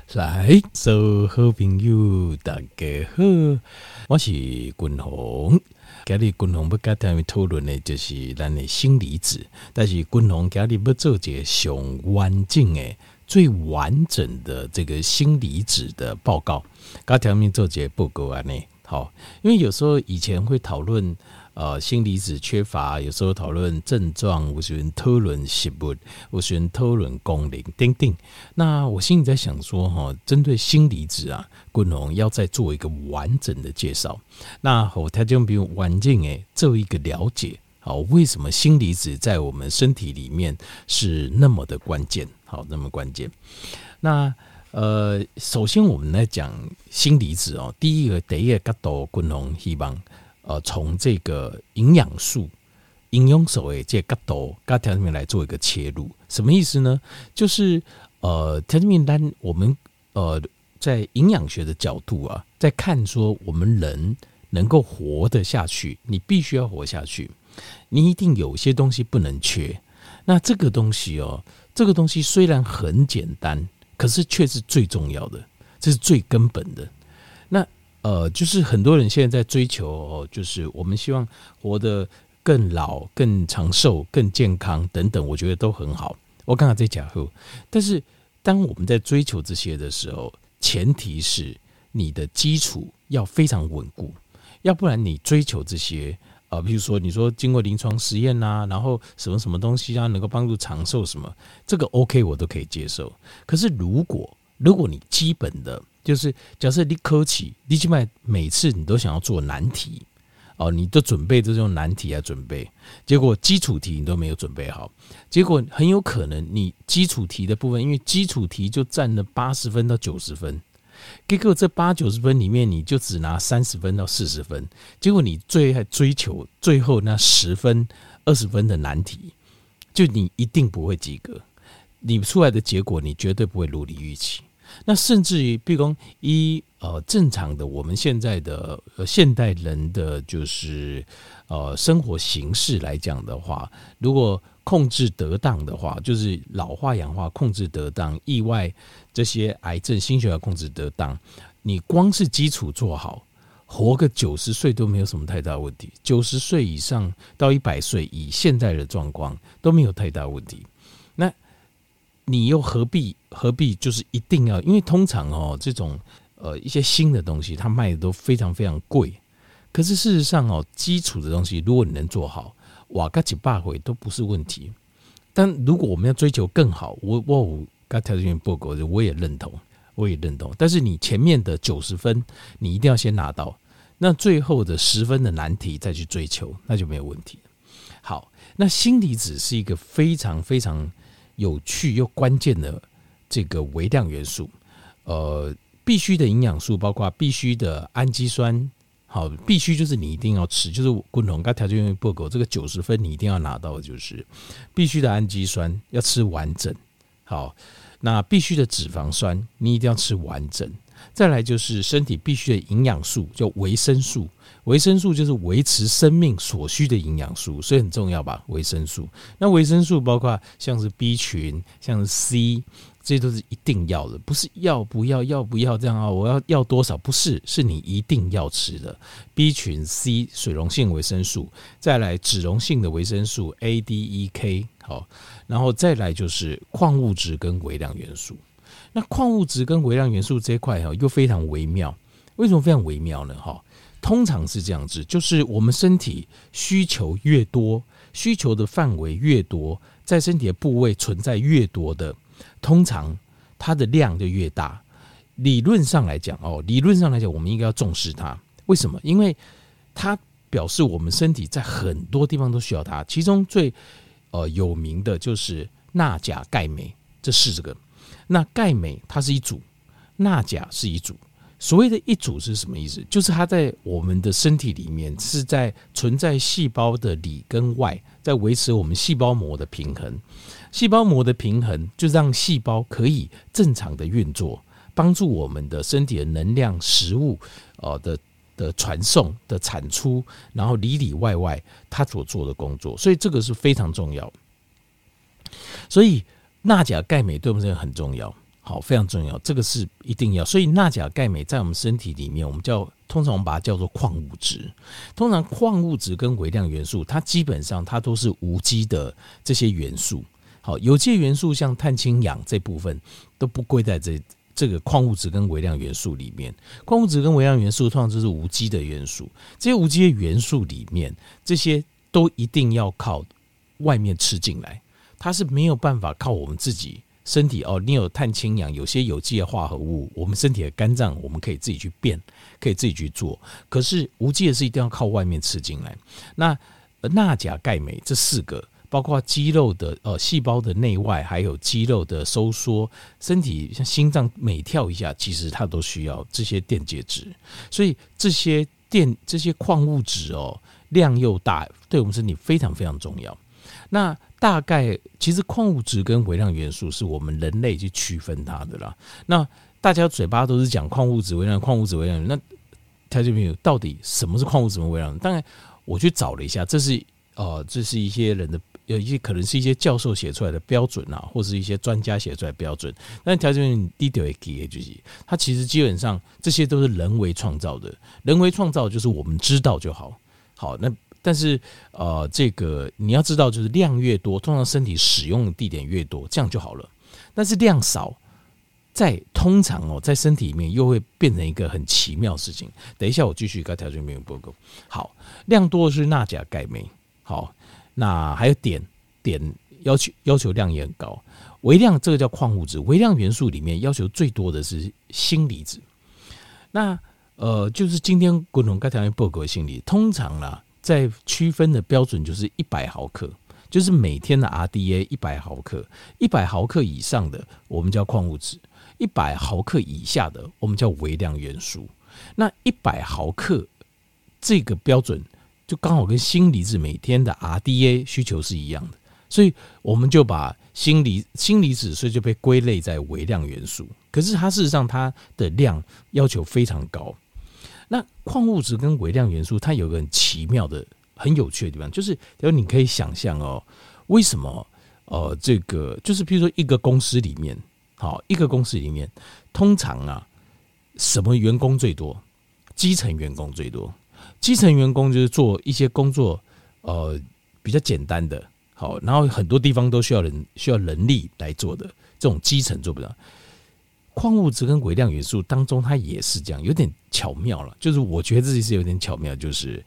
来，所有好朋友大家好，我是君鸿。今日君鸿要跟大家讨论的就是咱的锌离子，但是君鸿今日要做一个上完整的、最完整的这个锌离子的报告，跟大家做一个报告安尼。好，因为有时候以前会讨论锌离子缺乏，有时候讨论症状，有时候讨论食物，有时候讨论功能等等。那我心里在想说，针对锌离子啊，君鸿要再做一个完整的介绍。那我听众朋友完整的做一个了解，好，为什么锌离子在我们身体里面是那么的关键？好，那么关键。那首先我们来讲锌离子哦，第一个角度，君鸿希望从这个营养素、营养素的这个角度，跟条件来做一个切入。什么意思呢？就是条件单我们在营养学的角度啊，在看说我们人能够活得下去，你必须要活下去，你一定有些东西不能缺。那这个东西虽然很简单，可是却是最重要的，这是最根本的。那就是很多人现在在追求就是我们希望活得更老、更长寿、更健康等等，我觉得都很好。我刚刚在讲后，但是当我们在追求这些的时候，前提是你的基础要非常稳固，要不然你追求这些比如说你说经过临床实验啊，然后什么什么东西啊能够帮助长寿什么，这个 OK 我都可以接受。可是如果你基本的就是假设你考试，你起码每次你都想要做难题你都准备这种难题来准备，结果基础题你都没有准备好，结果很有可能你基础题的部分，因为基础题就占了80分到90分，结果这80-90分里面你就只拿30分到40分，结果你还追求最后那10分20分的难题，就你一定不会及格，你出来的结果你绝对不会如你预期。那甚至于比如说以正常的我们现在的现代人的就是生活形式来讲的话，如果控制得当的话，就是老化氧化控制得当，意外这些癌症心血管控制得当，你光是基础做好，活个90岁都没有什么太大问题，90岁以上到100岁以现在的状况都没有太大问题。那你又何必就是一定要，因为通常这种一些新的东西它卖的都非常非常贵，可是事实上基础的东西如果你能做好，哇个100回都不是问题。但如果我们要追求更好，我刚条件报告我也认同，但是你前面的90分你一定要先拿到，那最后的10分的难题再去追求，那就没有问题。好，那锌离子是一个非常非常有趣又关键的这个微量元素，必须的营养素包括必须的氨基酸，好，必须就是你一定要吃，就是君鸿跟条件报告这个90分你一定要拿到的就是必须的氨基酸要吃完整，好，那必须的脂肪酸你一定要吃完整，再来就是身体必须的营养素，叫维生素。维生素就是维持生命所需的营养素，所以很重要吧？维生素。那维生素包括像是 B 群，像是 C， 这些都是一定要的，不是要不要这样我要多少？不是，是你一定要吃的。B 群、C 水溶性维生素，再来脂溶性的维生素 A、D、E、K， 好，然后再来就是矿物质跟微量元素。那矿物质跟微量元素这一块又非常微妙，为什么非常微妙呢？通常是这样子，就是我们身体需求越多，需求的范围越多，在身体的部位存在越多的，通常它的量就越大。理论上来讲，我们应该要重视它。为什么？因为它表示我们身体在很多地方都需要它，其中最有名的就是钠、钾、钙、镁这4个。那钙镁它是一组，钠钾是一组。所谓的一组是什么意思？就是它在我们的身体里面是在存在细胞的里跟外，在维持我们细胞膜的平衡。细胞膜的平衡就让细胞可以正常的运作，帮助我们的身体的能量、食物的传送的产出，然后里里外外它所做的工作，所以这个是非常重要。所以钠钾钙镁对我们这个很重要。 好，非常重要，这个是一定要。所以钠钾钙镁在我们身体里面，通常我们把它叫做矿物质。通常矿物质跟微量元素，它基本上它都是无机的这些元素。好，有机元素像碳、氢、氧这部分都不归在这个矿物质跟微量元素里面。矿物质跟微量元素通常就是无机的元素。这些无机的元素里面，这些都一定要靠外面吃进来，它是没有办法靠我们自己身体你有碳、氢、氧，有些有机的化合物，我们身体的肝脏我们可以自己去变，可以自己去做。可是无机的是一定要靠外面吃进来。那钠钾钙镁这4个，包括肌肉的细胞的内外，还有肌肉的收缩，身体像心脏每跳一下，其实它都需要这些电解质。所以这些矿物质量又大，对我们身体非常非常重要。那大概其实矿物质跟微量元素是我们人类去区分它的啦。那大家嘴巴都是讲矿物质、微量、矿物质、微量，那条件朋友到底什么是矿物质跟微量？当然我去找了一下，这是一些人的一些可能是一些教授写出来的标准啊，或是一些专家写出来的标准。但条件朋友低调给就是它其实基本上这些都是人为创造的，人为创造就是我们知道就好。好，那但是这个你要知道，就是量越多，通常身体使用的地点越多，这样就好了。但是量少，通常在身体里面又会变成一个很奇妙的事情。等一下我继续跟条件没有报告。好，量多的是钠钾钙镁。好，那还有碘要求量也很高。微量这个叫矿物质，微量元素里面要求最多的是锌离子。那就是今天共同跟条件报告的锌离子，通常啦。在区分的标准就是100毫克，就是每天的 RDA 100毫克，100毫克以上的我们叫矿物质，100毫克以下的我们叫微量元素。那100毫克这个标准就刚好跟锌离子每天的 RDA 需求是一样的，所以我们就把锌离子所以就被归类在微量元素。可是它事实上它的量要求非常高。那矿物质跟微量元素，它有个很奇妙的、很有趣的地方，就是你可以想象为什么这个就是譬如说一个公司里面，通常啊，什么员工最多？基层员工最多。基层员工就是做一些工作比较简单的，好，然后很多地方都需要人力来做的，这种基层做不到。矿物质跟微量元素当中，它也是这样，有点巧妙了。就是我觉得自己是有点巧妙，就是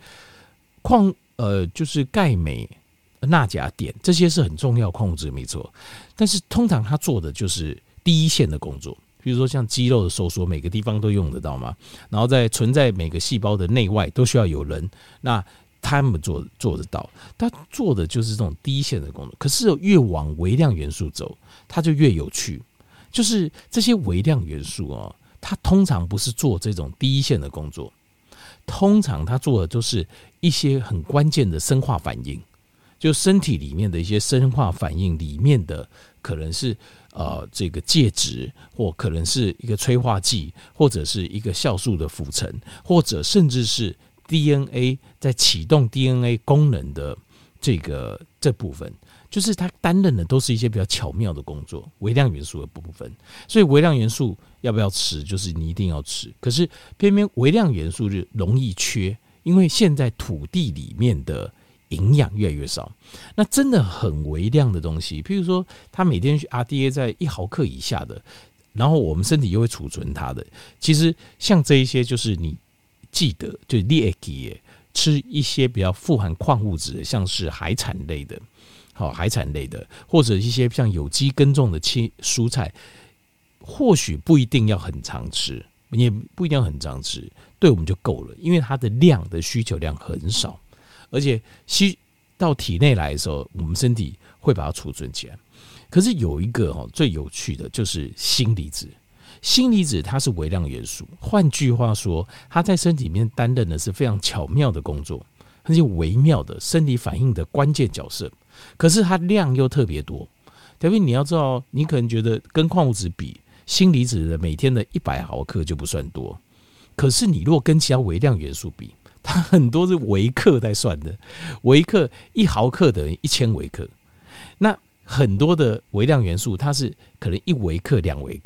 就是钙、镁、钠、钾、碘这些是很重要的矿物质，没错。但是通常它做的就是第一线的工作，比如说像肌肉的收缩，每个地方都用得到嘛。然后存在每个细胞的内外都需要有人，那他们做得到。他做的就是这种第一线的工作。可是越往微量元素走，它就越有趣。就是这些微量元素它通常不是做这种第一线的工作，通常它做的就是一些很关键的生化反应，就身体里面的一些生化反应里面的可能是这个介质，或可能是一个催化剂，或者是一个酵素的辅成，或者甚至是 DNA 在启动 DNA 功能的这部分。就是它担任的都是一些比较巧妙的工作，微量元素的部分。所以微量元素要不要吃，就是你一定要吃。可是偏偏微量元素就容易缺，因为现在土地里面的营养越来越少。那真的很微量的东西，譬如说它每天 RDA 在1毫克以下的，然后我们身体又会储存它的。其实像这一些，就是你记得，就你会记得吃一些比较富含矿物质的，像是海产类的。好，海产类的，或者一些像有机耕种的蔬菜，或许不一定要很常吃，也不一定要很常吃，对我们就够了，因为它的量的需求量很少，而且吸到体内来的时候，我们身体会把它储存起来。可是有一个最有趣的就是锌离子，锌离子它是微量元素，换句话说，它在身体里面担任的是非常巧妙的工作，而且微妙的身体反应的关键角色。可是它量又特别多，特别你要知道，你可能觉得跟矿物质比，锌离子的每天的100毫克就不算多，可是你如果跟其他微量元素比，它很多是微克在算的，微克1毫克等于1000微克，那很多的微量元素它是可能1微克、2微克，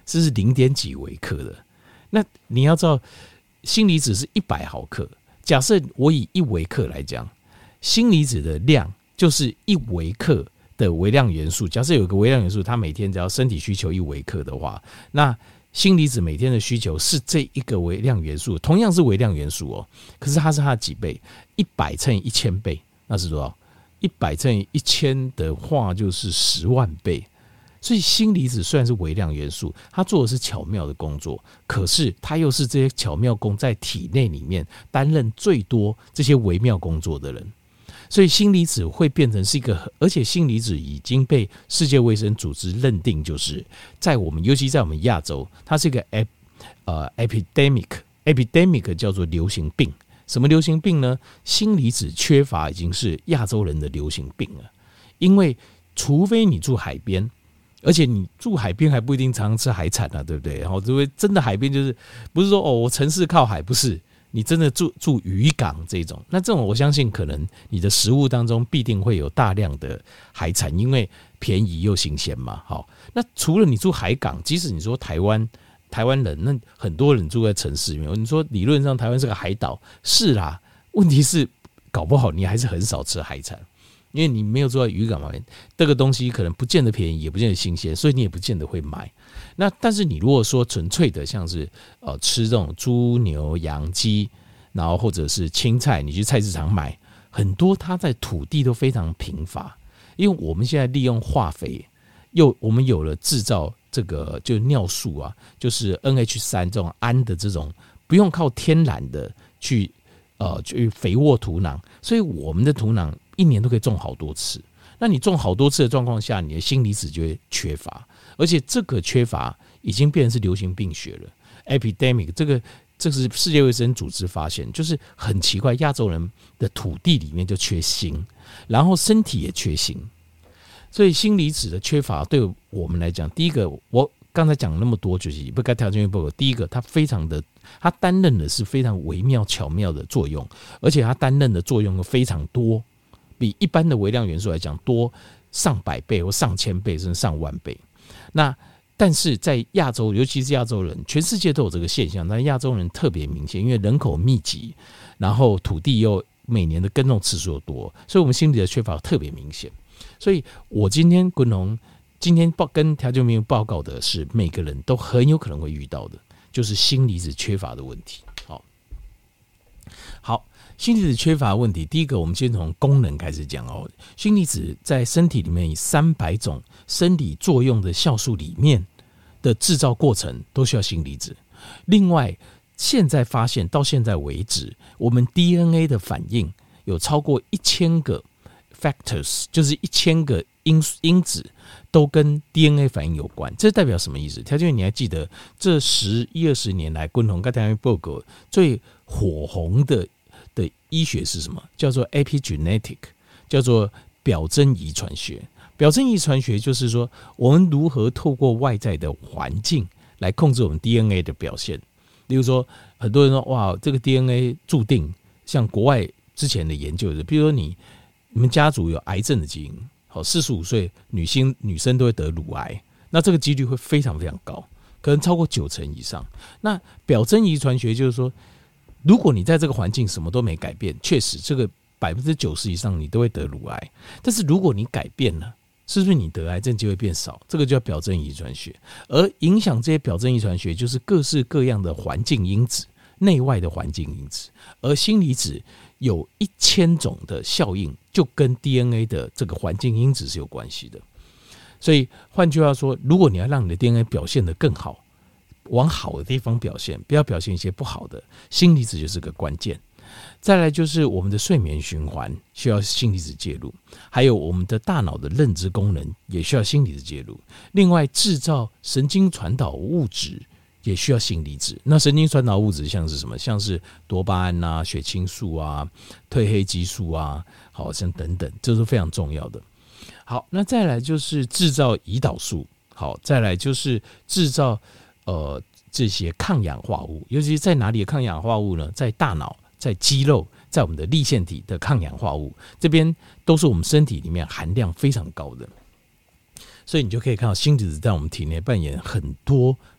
是0点几微克的。那你要知道，锌离子是100毫克。假设我以1微克来讲，锌离子的量就是1微克的微量元素。假设有个微量元素，它每天只要身体需求1微克的话，那锌离子每天的需求是这一个微量元素，同样是微量元素哦，可是它是它的几倍？100乘以1000倍，那是多少？100乘以1000的话就是10万倍。所以锌离子虽然是微量元素，它做的是巧妙的工作，可是它又是这些巧妙工在体内里面担任最多这些微妙工作的人。所以锌离子会变成是一个，而且锌离子已经被世界卫生组织认定，就是在我们，尤其在我们亚洲，它是一个epidemic 叫做流行病。什么流行病呢？锌离子缺乏已经是亚洲人的流行病了。因为除非你住海边，而且你住海边还不一定常常吃海产啊，对不对？然后真的海边就是不是说我城市靠海，不是。你真的住渔港这种，那这种我相信可能你的食物当中必定会有大量的海产，因为便宜又新鲜嘛。好，那除了你住海港，即使你说台湾人，那很多人住在城市里面，你说理论上台湾是个海岛，是啦，问题是搞不好你还是很少吃海产，因为你没有住在渔港旁边，这个东西可能不见得便宜，也不见得新鲜，所以你也不见得会买。那但是你如果说纯粹的像是吃这种猪牛羊鸡，然后或者是青菜，你去菜市场买，很多它在土地都非常贫乏，因为我们现在利用化肥，我们有了制造这个就尿素啊，就是 NH3 这种氨的这种，不用靠天然的去肥沃土壤，所以我们的土壤一年都可以种好多次。那你种好多次的状况下，你的锌离子就会缺乏，而且这个缺乏已经变成是流行病学了 ，epidemic。这是世界卫生组织发现，就是很奇怪，亚洲人的土地里面就缺锌，然后身体也缺锌，所以锌离子的缺乏对我们来讲，第一个我刚才讲了那么多，就是不该条件不够。第一个，它担任的是非常微妙巧妙的作用，而且它担任的作用非常多。比一般的微量元素来讲多上百倍或上千倍甚至上万倍。那但是在亚洲，尤其是亚洲人，全世界都有这个现象，但亚洲人特别明显，因为人口密集，然后土地又每年的耕种次数又多，所以我们锌离子的缺乏特别明显。所以我今天跟调酒员报告的是，每个人都很有可能会遇到的，就是锌离子缺乏的问题。好，锌离子缺乏的问题，第一个我们先从功能开始讲哦。锌离子在身体里面以300种生理作用的酵素里面的制造过程都需要锌离子。另外，现在发现到现在为止，我们 DNA 的反应有超过1000个 factors， 就是1000个因子都跟 DNA 反应有关。这代表什么意思？条件员，你还记得这11、20年来，滚红跟台湾报告最火红的医学是什么？叫做 epigenetic， 叫做表征遗传学。表征遗传学就是说，我们如何透过外在的环境来控制我们 DNA 的表现。例如说，很多人说，哇，这个 DNA 注定，像国外之前的研究，比如说你们家族有癌症的基因，好，45岁女生都会得乳癌，那这个几率会非常非常高，可能超过90%以上。那表征遗传学就是说，如果你在这个环境什么都没改变，确实这个90%以上你都会得乳癌。但是如果你改变了，是不是你得癌症就会变少？这个就叫表征遗传学。而影响这些表征遗传学，就是各式各样的环境因子，内外的环境因子。而锌离子有1000种的效应，就跟 DNA 的这个环境因子是有关系的。所以换句话说，如果你要让你的 DNA 表现得更好，往好的地方表现，不要表现一些不好的，锌离子就是个关键。再来就是我们的睡眠循环需要锌离子介入，还有我们的大脑的认知功能也需要锌离子介入。另外，制造神经传导物质也需要锌离子。那神经传导物质像是什么？像是多巴胺啊、血清素啊、褪黑激素啊，好像等等，这是非常重要的。好，那再来就是制造胰岛素，好，再来就是制造这些抗氧化物，尤其是在哪里的抗氧化物呢？在大脑、在肌肉、在我们的粒线体的抗氧化物，这边都是我们身体里面含量非常高的。所以你就可以看到锌离子在我们体内扮演很多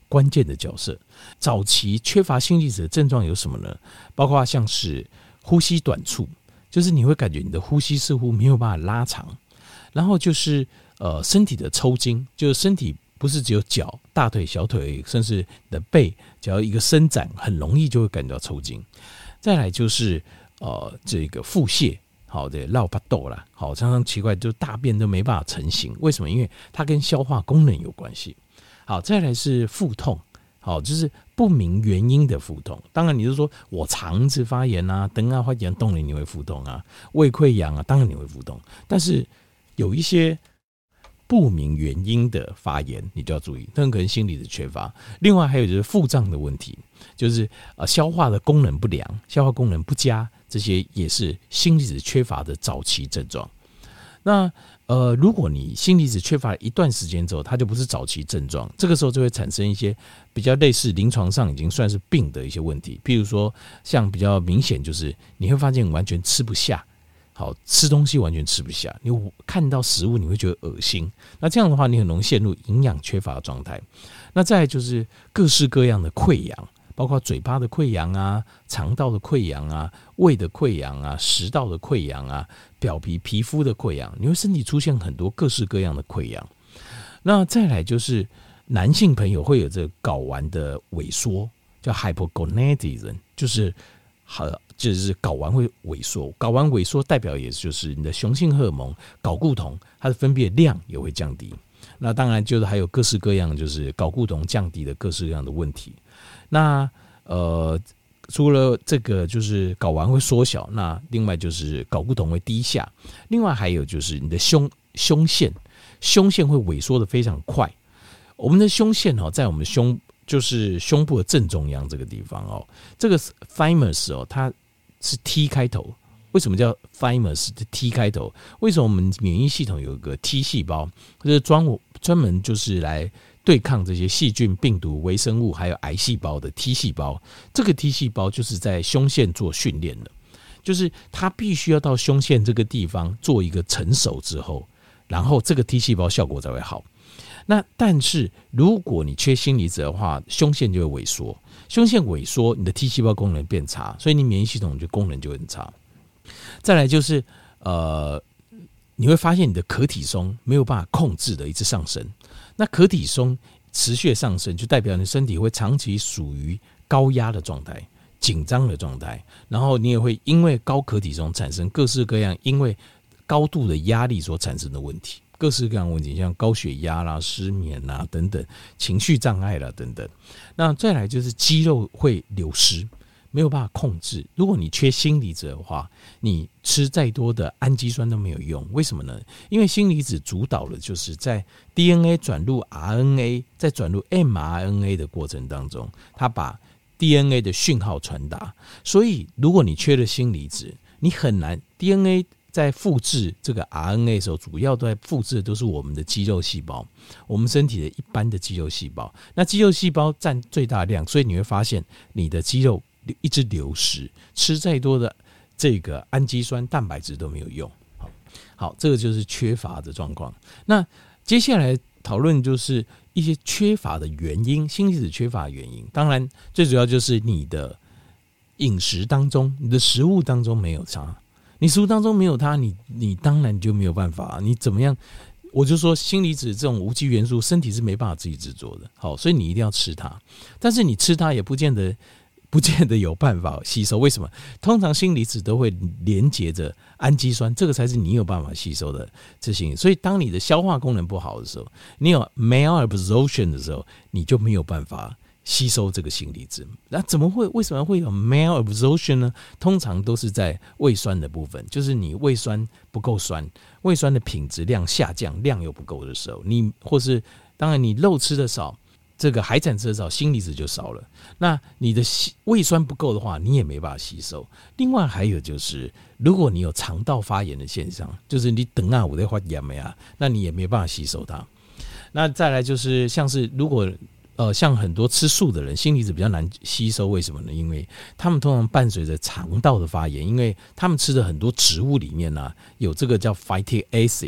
关键的角色。早期缺乏锌离子的症状有什么呢？包括像是呼吸短促，就是你会感觉你的呼吸似乎没有办法拉长，然后就是身体的抽筋，就是身体不是只有脚、大腿、小腿，甚至你的背，只要一个伸展，很容易就会感到抽筋。再来就是这个腹泻，好的落巴豆啦，好常常奇怪，就大便都没办法成型，为什么？因为它跟消化功能有关系。好，再来是腹痛，好就是不明原因的腹痛。当然你就说我肠子发炎啊，等啊发炎动了你会腹痛啊，胃溃疡啊，当然你会腹痛。但是有一些不明原因的发炎，你就要注意，那可能锌离子缺乏。另外还有就是腹胀的问题，就是消化的功能不良、消化功能不佳，这些也是锌离子缺乏的早期症状。那如果你锌离子缺乏了一段时间之后，它就不是早期症状，这个时候就会产生一些比较类似临床上已经算是病的一些问题。譬如说，像比较明显就是你会发现完全吃不下。好，吃东西完全吃不下，你看到食物你会觉得恶心，那这样的话你很容易陷入营养缺乏的状态。那再来就是各式各样的溃疡，包括嘴巴的溃疡啊、肠道的溃疡啊、胃的溃疡啊、食道的溃疡啊、表皮皮肤的溃疡，你会身体出现很多各式各样的溃疡。那再来就是男性朋友会有这个睾丸的萎缩，叫 hypogonadism， 就是睾丸会萎缩，睾丸萎缩代表也就是你的雄性荷尔蒙睾固酮它的分泌量也会降低。那当然就是还有各式各样就是睾固酮降低的各式各样的问题。那除了这个就是睾丸会缩小，那另外就是睾固酮会低下，另外还有就是你的胸腺会萎缩的非常快。我们的胸腺在我们就是胸部的正中央这个地方这个 thymus 它是 T 开头。为什么叫 thymus T 开头？为什么我们免疫系统有一个 T 细胞，就是专门就是来对抗这些细菌、病毒、微生物还有癌细胞的 T 细胞？这个 T 细胞就是在胸腺做训练的，就是它必须要到胸腺这个地方做一个成熟之后，然后这个 T 细胞效果才会好。那但是如果你缺锌离子的话，胸腺就会萎缩，胸腺萎缩，你的 T 细胞功能变差，所以你免疫系统就功能就很差。再来就是你会发现你的可体松没有办法控制的一直上升，那可体松持续上升，就代表你身体会长期属于高压的状态、紧张的状态，然后你也会因为高可体松产生各式各样因为高度的压力所产生的问题。各式各样的问题，像高血压啦、失眠啦等等，情绪障碍啦等等。那再来就是肌肉会流失，没有办法控制。如果你缺锌离子的话，你吃再多的氨基酸都没有用。为什么呢？因为锌离子主导了就是在 DNA 转入 RNA 再转入 mRNA 的过程当中，它把 DNA 的讯号传达。所以如果你缺了锌离子，你很难 DNA在复制这个 RNA 的时候，主要都在复制的都是我们的肌肉细胞，我们身体的一般的肌肉细胞。那肌肉细胞占最大量，所以你会发现你的肌肉一直流失，吃再多的这个氨基酸、蛋白质都没有用。好，这个就是缺乏的状况。那接下来讨论就是一些缺乏的原因，锌离子缺乏的原因。当然，最主要就是你的饮食当中，你的食物当中没有它。你食物当中没有它，你当然就没有办法。你怎么样？我就说锌离子这种无机元素，身体是没办法自己制作的。好，所以你一定要吃它。但是你吃它也不见得有办法吸收。为什么？通常锌离子都会连接着氨基酸，这个才是你有办法吸收的这些。所以当你的消化功能不好的时候，你有 malabsorption 的时候，你就没有办法吸收这个锌离子。那为什么会有 malabsorption 呢？通常都是在胃酸的部分，就是你胃酸不够酸，胃酸的品质量下降，量又不够的时候，或是当然你肉吃的少，这个海产吃的少，锌离子就少了。那你的胃酸不够的话，你也没办法吸收。另外还有就是，如果你有肠道发炎的现象，就是你等啊我在发炎呀，那你也没办法吸收它。那再来就是像是如果像很多吃素的人，锌离子比较难吸收，为什么呢？因为他们通常伴随着肠道的发炎，因为他们吃的很多植物里面有这个叫 phytic acid，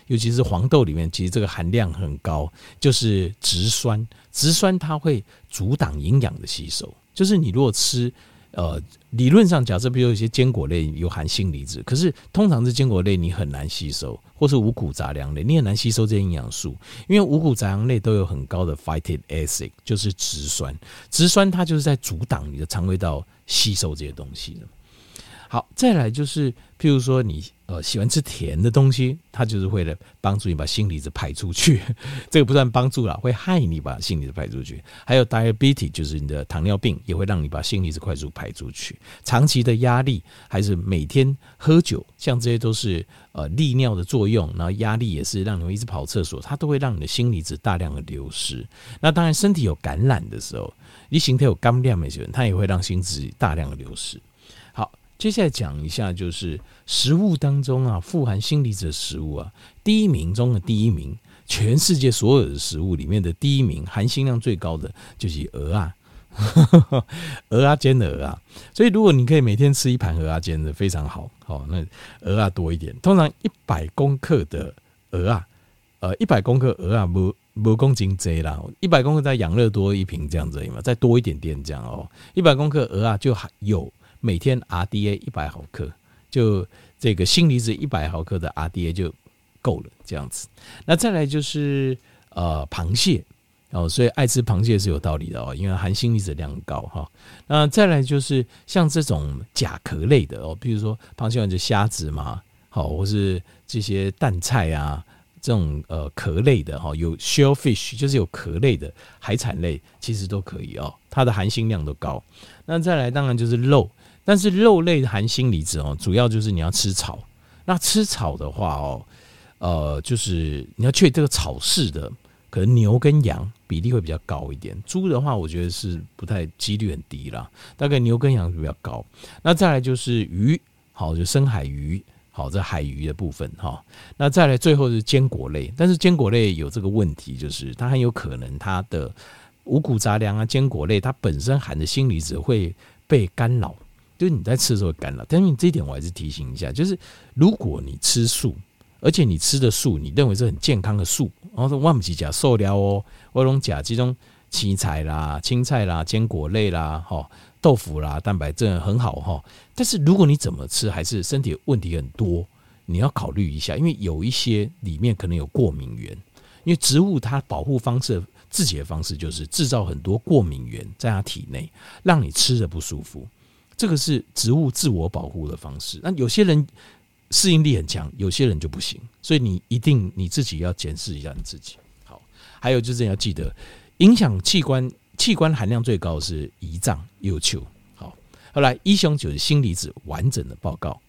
尤其是黄豆里面，其实这个含量很高，就是植酸。植酸它会阻挡营养的吸收，就是你如果吃理论上假设比如有一些坚果类有含锌离子，可是通常是坚果类你很难吸收，或是五谷杂粮类你很难吸收这些营养素，因为五谷杂粮类都有很高的 phytic acid， 就是植酸。植酸它就是在阻挡你的肠胃道吸收这些东西的。好，再来就是譬如说你喜欢吃甜的东西，它就是会帮助你把锌离子排出去，这个不算帮助啦，会害你把锌离子排出去。还有 diabetes 就是你的糖尿病，也会让你把锌离子快速排出去。长期的压力还是每天喝酒，像这些都是利尿的作用，然后压力也是让你会一直跑厕所，它都会让你的锌离子大量的流失。那当然身体有感染的时候，你身体有感染的时候，它也会让锌离子大量的流失。接下来讲一下，就是食物当中啊，富含锌离子的食物啊，第一名中的第一名，全世界所有的食物里面的第一名，含锌量最高的就是蚵啊，蚵啊煎的蚵啊，所以如果你可以每天吃一盘蚵啊煎的，非常好。那蚵啊多一点，通常100公克的蚵啊，100公克蚵啊不公斤多啦，100公克在养乐多一瓶这样子而已嘛，再多一点点这样哦，100公克蚵啊就有每天 RDA 100毫克，就这个锌离子100毫克的 RDA 就够了，这样子。那再来就是螃蟹所以爱吃螃蟹是有道理的因为含锌离子量高那再来就是像这种甲壳类的比如说螃蟹就虾子嘛，或是这些淡菜啊，这种壳类的有 shellfish 就是有壳类的海产类，其实都可以它的含锌量都高。那再来当然就是肉。但是肉类含锌离子主要就是你要吃草。那吃草的话就是你要确这个草饲的，可能牛跟羊比例会比较高一点，猪的话我觉得是不太几率很低啦，大概牛跟羊比较高。那再来就是鱼，就深海鱼，这海鱼的部分那再来最后是坚果类，但是坚果类有这个问题，就是它很有可能它的五谷杂粮啊、坚果类它本身含的锌离子会被干扰。就是你在吃的时候干扰，但是你这一点我还是提醒一下，就是如果你吃素，而且你吃的素你认为是很健康的素，然后说我不是吃素料我都吃这种青菜啦、坚果类啦、豆腐啦，蛋白质很好但是如果你怎么吃还是身体问题很多，你要考虑一下，因为有一些里面可能有过敏源，因为植物它保护方式自己的方式就是制造很多过敏源在它体内，让你吃的不舒服。这个是植物自我保护的方式，那有些人适应力很强，有些人就不行，所以你一定你自己要检视一下你自己。好，还有就是要记得，影响器官含量最高的是胰脏、右丘。好，后来医雄就是锌离子完整的报告。